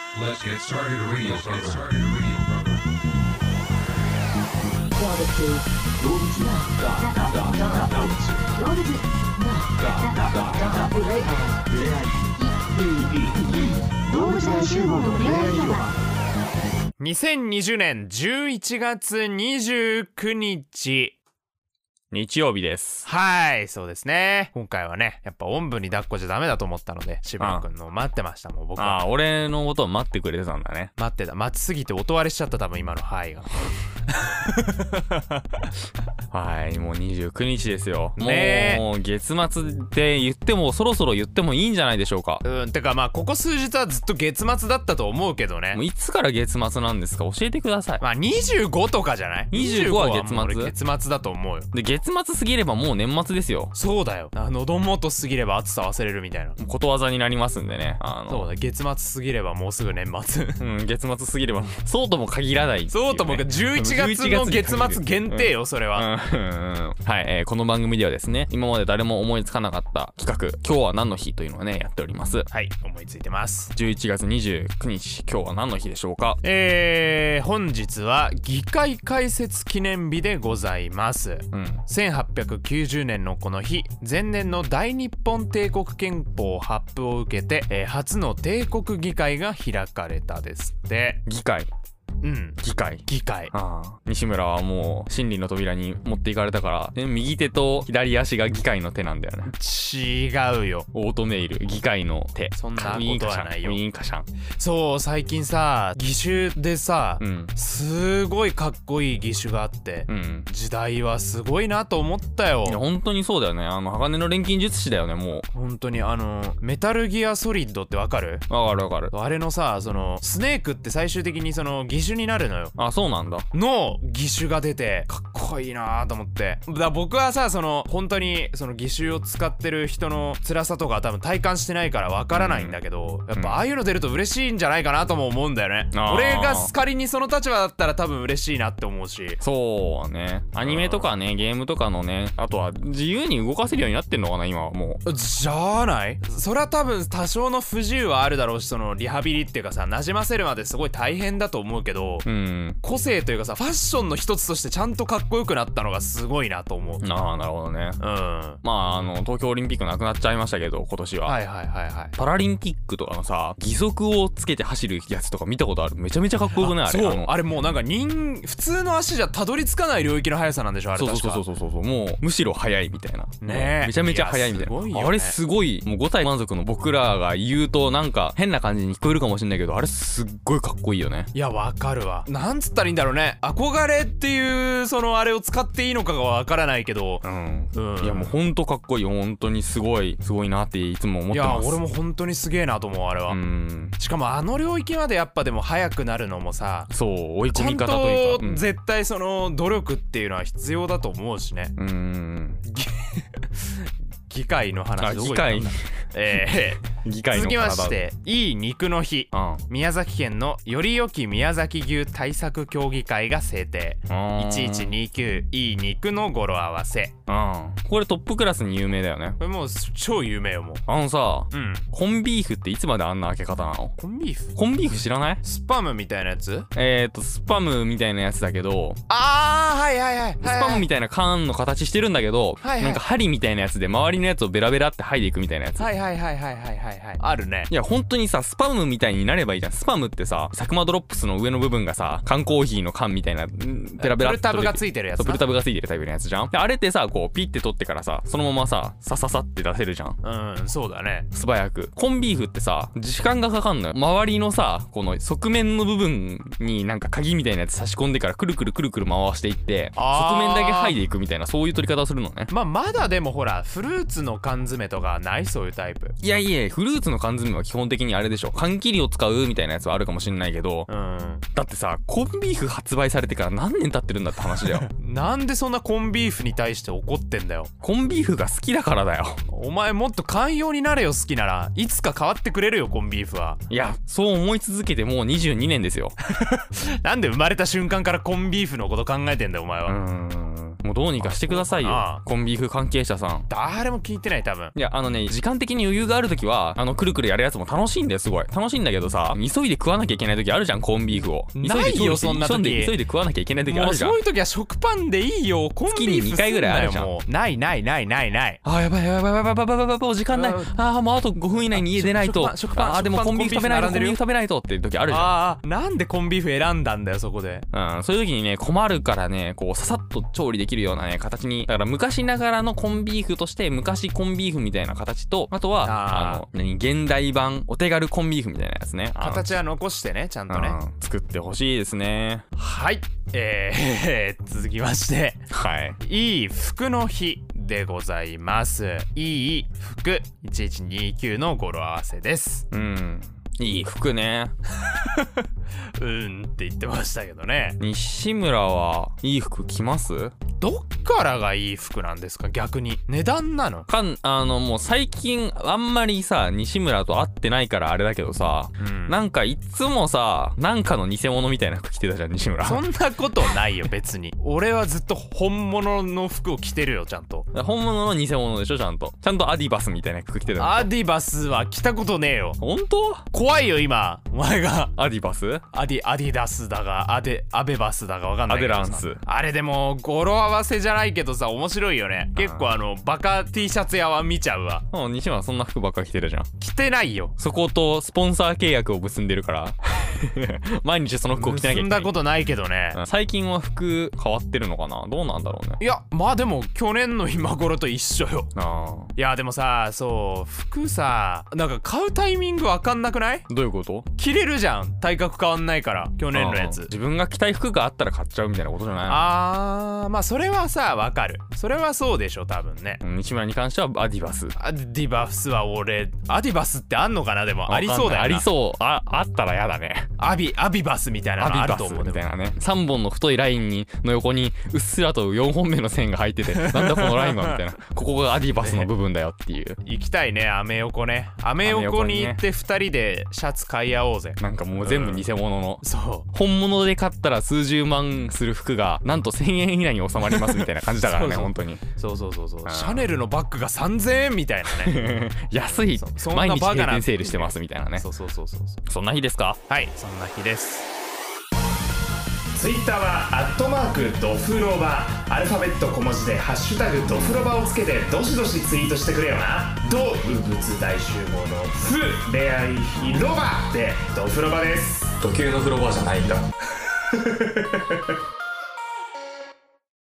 Let's get started radio program. 2020年11月29日日曜日です。 はい、そうですね。今回はね、やっぱおんぶに抱っこじゃダメだと思ったので、渋谷くんの待ってました。もう僕は。 俺のことを待ってくれてたんだね。 待ってた。待ちすぎて音割れしちゃった、多分今のはいが。 はい、もう29日ですよ。 ねもう月末って言ってもそろそろ言ってもいいんじゃないでしょうか。 てかまあここ数日はずっと月末だったと思うけどね。 もういつから月末なんですか、教えてください。 まあ25とかじゃない？ 25は月末？ もう俺月末だと思うよ。 で、月末過ぎればもう年末ですよ。 そうだよ。喉元過ぎれば暑さ忘れるみたいなことわざになりますんでね。 そうだ、月末過ぎればもうすぐ年末。 月末過ぎればそうとも限らないっていうね。 そうとも11月の月末限定よ、それは。 はい、この番組ではですね、今まで誰も思いつかなかった企画、今日は何の日というのをね、やっております。 はい、思いついてます。 11月29日、今日は何の日でしょうか。 本日は議会開設記念日でございます。1890年のこの日、前年の大日本帝国憲法発布を受けて、初の帝国議会が開かれたですって。 議会。議会。西村はもう真理の扉に持っていかれたから、右手と左足が議会の手なんだよね。 違うよ。 オートメイル、議会の手。 そんなことはないよ。 ウィーンカシャン。 そう、最近さ、義手でさ、すごいかっこいい義手があって、時代はすごいなと思ったよ。 いや、本当にそうだよね。鋼の錬金術師だよね、もう。 本当にメタルギアソリッドってわかる？ わかる。 あれのさ、スネークって最終的に義手になるのよ。 あ、そうなんだ。 の義手が出てかっこいいなと思って。僕はさ、本当に義手を使ってる人の辛さとか多分体感してないからわからないんだけど、やっぱああいうの出ると嬉しいんじゃないかなとも思うんだよね。俺が仮にその立場だったら多分嬉しいなって思うし。 そうね。アニメとかね、ゲームとかのね、あとは自由に動かせるようになってんのかな、今はもう。 じゃあない？そりゃ多分多少の不自由はあるだろうし、リハビリっていうかさ、馴染ませるまですごい大変だと思うけど、個性というかさ、ファッションの一つとしてちゃんとかっこよくなったのがすごいなと思う。 なるほどね。まあ東京オリンピックなくなっちゃいましたけど、今年は。はい。パラリンピックとかのさ、義足をつけて走るやつとか見たことある。めちゃめちゃかっこよくない？あれ。 そう、あれもうなんか普通の足じゃたどり着かない領域の速さなんでしょ、あれ。確か。 そう。もうむしろ速いみたいな。 ねえ。 めちゃめちゃ速いみたいな。 いや、 あれすごい、もう5体満足の僕らが言うとなんか変な感じに聞こえるかもしれないけど、あれすっごいかっこいいよね。 いや、わかるわ。なんつったらいいんだろうね。憧れっていうあれを使っていいのかがわからないけど、 いや、もうほんとかっこいいよ。本当にすごいなっていつも思ってます。 いや、俺も本当にすげえなと思う、あれは。しかも領域までやっぱでも速くなるのもさ、 そう、追い込み方というか、 ちゃんと絶対努力っていうのは必要だと思うしね。議会の話どこ行ったんだ。 議会の続きまして、いい肉の日。宮崎県のより良き宮崎牛対策協議会が制定。1129いい肉の語呂合わせ。 これトップクラスに有名だよね。 これもう超有名よ。もうコンビーフっていつまであんな開け方なの？ コンビーフ知らない？ スパムみたいなやつ？ スパムみたいなやつだけど、 はい。 スパムみたいな缶の形してるんだけど、なんか針みたいなやつで周りのやつをベラベラって剥いでいくみたいなやつ。 はい。あるね。 いや、本当にさ、スパムみたいになればいいじゃん。スパムってさ、サクマドロップスの上の部分がさ、缶コーヒーの缶みたいなベラベラプルタブがついてるやつ。 プルタブがついてるタイプのやつじゃん。で、あれってさ、こうピッて取ってからさ、そのままさ、サって出せるじゃん。 そうだね。 素早く。コンビーフってさ、時間がかかんのよ。周りのさ、この側面の部分になんか鍵みたいなやつ差し込んでからくるくる回していって、側面だけ剥いでいくみたいな、そういう取り方をするのね。 まだでもほら、フルーツの缶詰とかない？そういうタイプ。 いや、フルーツの缶詰は基本的にあれでしょ。缶切りを使うみたいなやつはあるかもしんないけど、だってさ、コンビーフ発売されてから何年経ってるんだって話だよ。 なんでそんなコンビーフに対して怒ってんだよ。 コンビーフが好きだからだよ。 お前もっと寛容になれよ。好きならいつか変わってくれるよ、コンビーフは。 いや、そう思い続けてもう22年ですよ。 なんで生まれた瞬間からコンビーフのこと考えてんだよ、お前は。 もうどうにかしてくださいよ、 ああコンビーフ関係者さん。 誰も聞いてない多分。 いや時間的に余裕がある時はくるくるやるやつも楽しいんだよ、すごい楽しいんだけどさ、急いで食わなきゃいけない時あるじゃん、コンビーフを。 ないよそんな時。 急いで食わなきゃいけない時あもうるじゃん。 そういう時は食パンでいいよ。コンビーフ月に2回ぐらいあるじゃん。 もうない。 あ、やばいお時間ない。もうあと5分以内に家出ないと。でもコンビーフ食べないとっていう時あるじゃん。 なんでコンビーフ選んだんだよそこで。 そういう時にね困るからね、こうささっと調理できるようなね形に、だから昔ながらのコンビーフとして昔コンビーフみたいな形と、あとは現代版お手軽コンビーフみたいなやつね、 形は残してねちゃんとね、 作ってほしいですね。 はい、続きまして、いい服の日でございます。いい服1129の語呂合わせです。 いい服ねって言ってましたけどね。 西村はいい服着ます？ どっからがいい服なんですか逆に。値段なの？ もう最近あんまりさ西村と会ってないからあれだけどさ、なんかいつもさなんかの偽物みたいな服着てたじゃん西村。 そんなことないよ別に。俺はずっと本物の服を着てるよちゃんと。 本物の偽物でしょ、ちゃんとアディバスみたいな服着てた。 アディバスは着たことねえよ。 本当？ 怖いよ今お前が。 アディバス？ アディダスだがアベバスだがわかんないけどさ、 アデランス。あれでも語呂合わせじゃないけどさ面白いよね。結構バカ T シャツ屋は見ちゃうわ。 西村そんな服ばっか着てるじゃん。 着てないよ。 そことスポンサー契約を結んでるから毎日その服を着てなきゃいけない。 結んだことないけどね。 最近は服変わってるのかな、どうなんだろうね。 いやまあでも去年の今頃と一緒よ。いやでもさ、そう服さなんか買うタイミングわかんなくない？ どういうこと？ 着れるじゃん、体格変わんないから。去年のやつ自分が着たい服があったら買っちゃうみたいなことじゃない？ まあそれはさわかる。それはそうでしょ多分ね。 西村に関してはアディバス。 アディバスは俺アディバスってあんのかな。でもありそうだよな。 ありそう。あったらやだね。 アビバスみたいなのあると思う。 みたいなね。3本の太いラインの横にうっすらと4本目の線が入っててなんだこのラインはみたいなここがアディバスの部分だよっていう。 行きたいねアメ横ね。アメ横に行って2人でシャツ買い合おうぜ。 なんかもう全部偽物の、 そう本物で買ったら数十万する服がなんと1000円以内に収まりますみたいな感じだからね本当に。 そうシャネルのバッグが3000円みたいなね安い。毎日閉店セールしてますみたいなね。 そうそんな日ですか？ はい、そんな日です。ツイッターはドフロバ、アルファベット小文字でハッシュタグドフロバをつけてどしどしツイートしてくれよな。動物大集合のフ恋愛広場でドフロバです。 時計の風呂場じゃないんだ